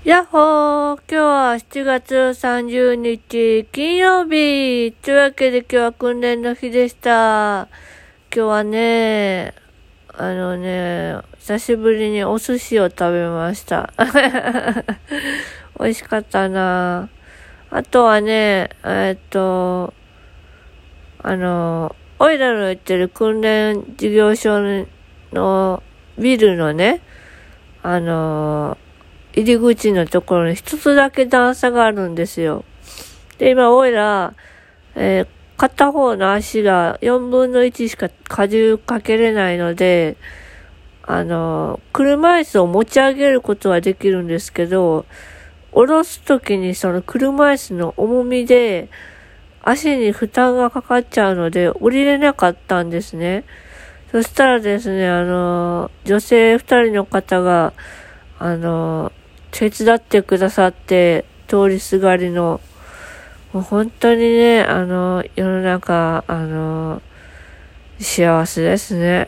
やっほー、今日は7月30日金曜日というわけで今日は訓練の日でした。今日はね、久しぶりにお寿司を食べました。美味しかったな。あとはね、おいらの言ってる訓練事業所のビルのね、入り口のところに一つだけ段差があるんですよ。で、今、おいら、片方の足が4分の1しか荷重かけれないので、車椅子を持ち上げることはできるんですけど、下ろすときにその車椅子の重みで、足に負担がかかっちゃうので、降りれなかったんですね。そしたらですね、女性2人の方が、手伝ってくださって、通りすがりの、もう本当にね、世の中、幸せですね。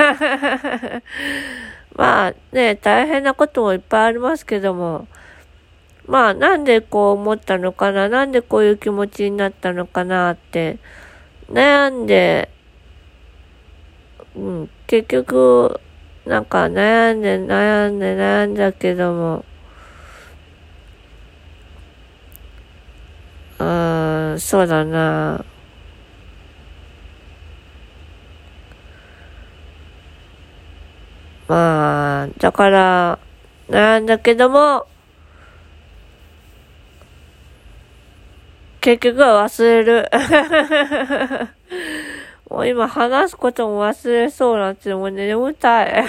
まあね、大変なこともいっぱいありますけども、まあなんでこう思ったのかな、なんでこういう気持ちになったのかなって、悩んで、結局、なんか悩んだけども、そうだな。まあ、だから、悩んだけども、結局は忘れる。もう今話すことも忘れそうなんて、もうね、眠たい。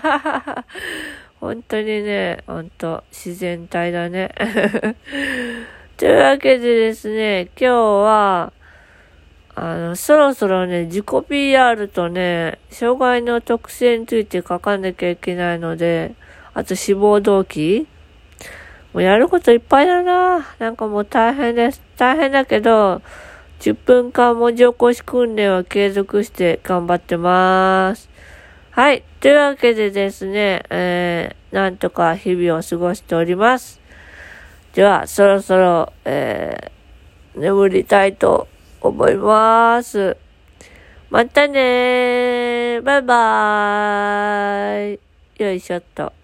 本当にね、自然体だね。というわけでですね、今日は、そろそろね、自己 PR とね、障害の特性について書かなきゃいけないので、あと志望動機もうやることいっぱいだな。なんかもう大変です。大変だけど、10分間文字起こし訓練は継続して頑張ってます。はい。というわけでですね、なんとか日々を過ごしております。では、そろそろ、眠りたいと思います。またねー。バイバーイ。よいしょっと。